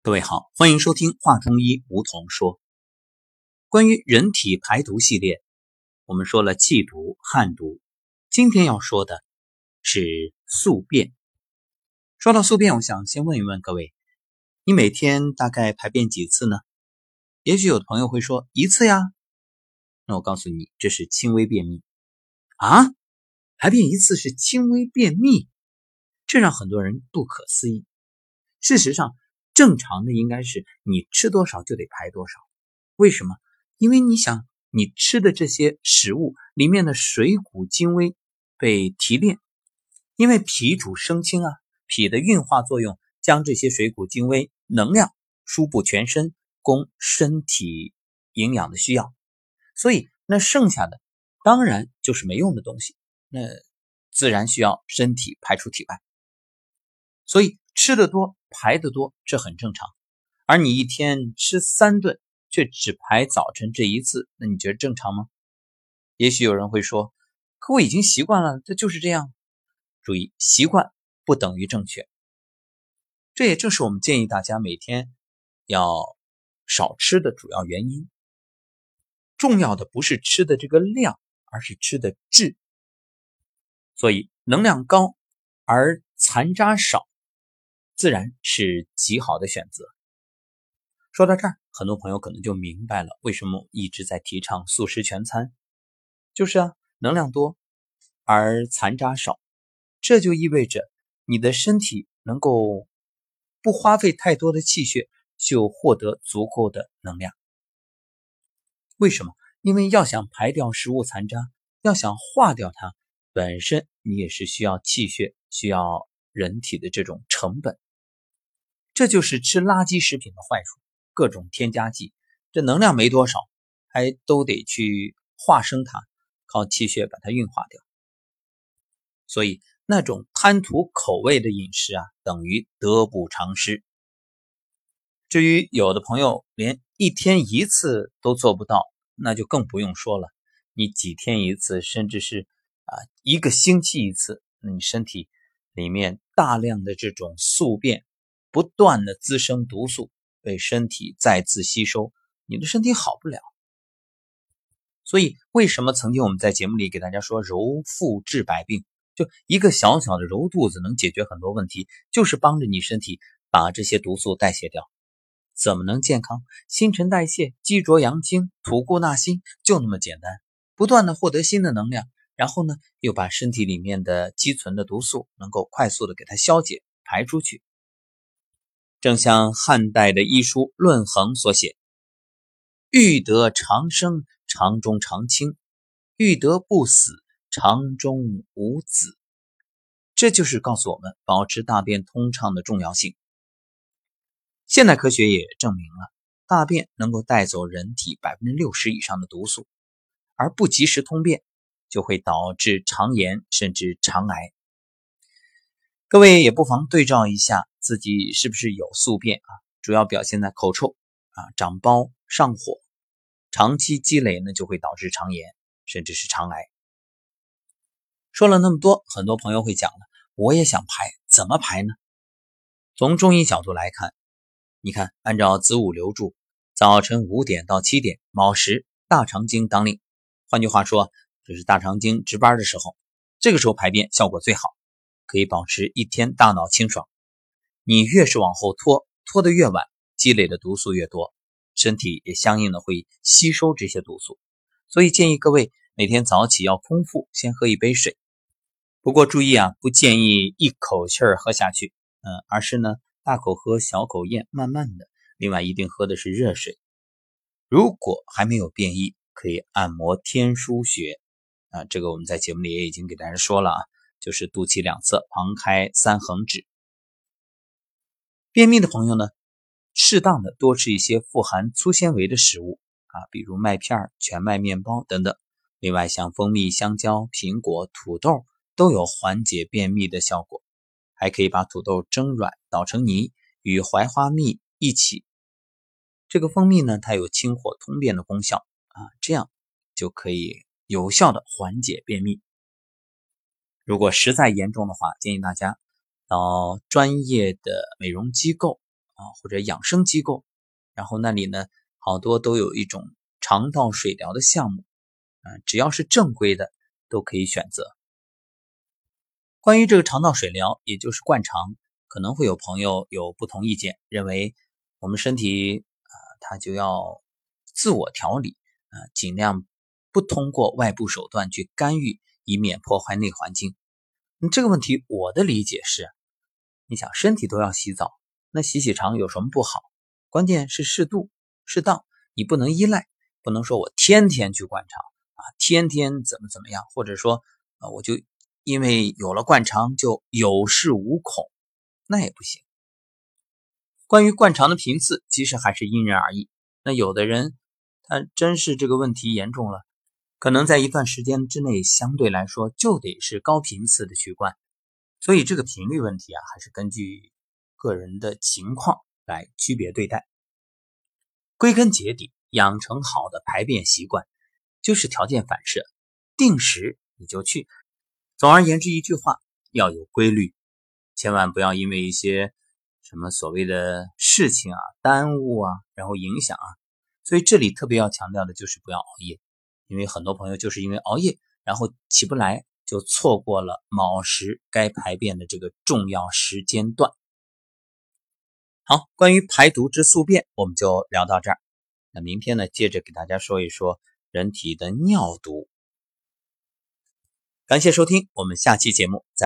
各位好，欢迎收听话中医梧桐说。关于人体排毒系列，我们说了气毒、汗毒，今天要说的是宿便。说到宿便，我想先问一问各位，你每天大概排便几次呢？也许有的朋友会说一次呀，那我告诉你，这是轻微便秘啊！排便一次是轻微便秘，这让很多人不可思议。事实上，正常的应该是你吃多少就得排多少。为什么？因为你想，你吃的这些食物里面的水谷精微被提炼，因为脾主生清啊，脾的运化作用将这些水谷精微能量输布全身，供身体营养的需要。所以那剩下的当然就是没用的东西，那自然需要身体排出体外。所以吃得多排得多，这很正常。而你一天吃3顿却只排早晨这一次，那你觉得正常吗？也许有人会说，可我已经习惯了，这就是这样。注意，习惯不等于正确。这也正是我们建议大家每天要少吃的主要原因。重要的不是吃的这个量，而是吃的质。所以能量高而残渣少，自然是极好的选择。说到这儿，很多朋友可能就明白了为什么一直在提倡素食全餐，就是能量多而残渣少，这就意味着你的身体能够不花费太多的气血就获得足够的能量。为什么？因为要想排掉食物残渣，要想化掉它，本身你也是需要气血，需要人体的这种成本。这就是吃垃圾食品的坏处，各种添加剂，这能量没多少，还都得去化生它，靠气血把它运化掉。所以那种贪图口味的饮食等于得不偿失。至于有的朋友连一天1次都做不到，那就更不用说了。你几天1次，甚至是1个星期1次，那你身体里面大量的这种宿便不断的滋生毒素，被身体再次吸收，你的身体好不了。所以为什么曾经我们在节目里给大家说揉腹治百病，就一个小小的揉肚子能解决很多问题，就是帮着你身体把这些毒素代谢掉。怎么能健康？新陈代谢，积浊养精，吐故纳新，就那么简单。不断的获得新的能量，然后呢，又把身体里面的积存的毒素能够快速的给它消解排出去。正像汉代的医书《论衡》所写，欲得长生，肠中常清；欲得不死，肠中无子。这就是告诉我们保持大便通畅的重要性。现代科学也证明了，大便能够带走人体60%以上的毒素，而不及时通便就会导致肠炎甚至肠癌。各位也不妨对照一下自己是不是有宿便主要表现在口臭长包、上火，长期积累呢就会导致肠炎甚至是肠癌。说了那么多，很多朋友会讲了，我也想排，怎么排呢？从中医角度来看，你看，按照子午流注，早晨5点到7点卯时，大肠经当令。换句话说，这是大肠经值班的时候，这个时候排便效果最好，可以保持一天大脑清爽。你越是往后拖得越晚，积累的毒素越多，身体也相应的会吸收这些毒素。所以建议各位每天早起要空腹先喝一杯水。不过注意不建议一口气喝下去，而是呢大口喝小口咽，慢慢的。另外一定喝的是热水。如果还没有便意，可以按摩天枢穴这个我们在节目里也已经给大家说了就是肚脐两侧旁开3横指。便秘的朋友呢，适当的多吃一些富含粗纤维的食物比如麦片、全麦面包等等。另外像蜂蜜、香蕉、苹果、土豆都有缓解便秘的效果。还可以把土豆蒸软捣成泥，与槐花蜜一起。这个蜂蜜呢，它有清火通便的功效这样就可以有效的缓解便秘。如果实在严重的话，建议大家到专业的美容机构或者养生机构，然后那里呢好多都有一种肠道水疗的项目，只要是正规的都可以选择。关于这个肠道水疗，也就是灌肠，可能会有朋友有不同意见，认为我们身体它就要自我调理，尽量不通过外部手段去干预，以免破坏内环境。这个问题我的理解是，你想身体都要洗澡，那洗肠有什么不好？关键是适度适当，你不能依赖，不能说我天天去灌肠天天怎么样，或者说我就因为有了灌肠就有恃无恐，那也不行。关于灌肠的频次，其实还是因人而异。那有的人他真是这个问题严重了，可能在一段时间之内相对来说就得是高频次的去灌，所以这个频率问题还是根据个人的情况来区别对待。归根结底，养成好的排便习惯就是条件反射，定时你就去。总而言之一句话，要有规律，千万不要因为一些什么所谓的事情耽误然后影响所以这里特别要强调的就是不要熬夜，因为很多朋友就是因为熬夜然后起不来，就错过了卯时该排便的这个重要时间段。好，关于排毒之宿便我们就聊到这儿。那明天呢，接着给大家说一说人体的尿毒。感谢收听，我们下期节目再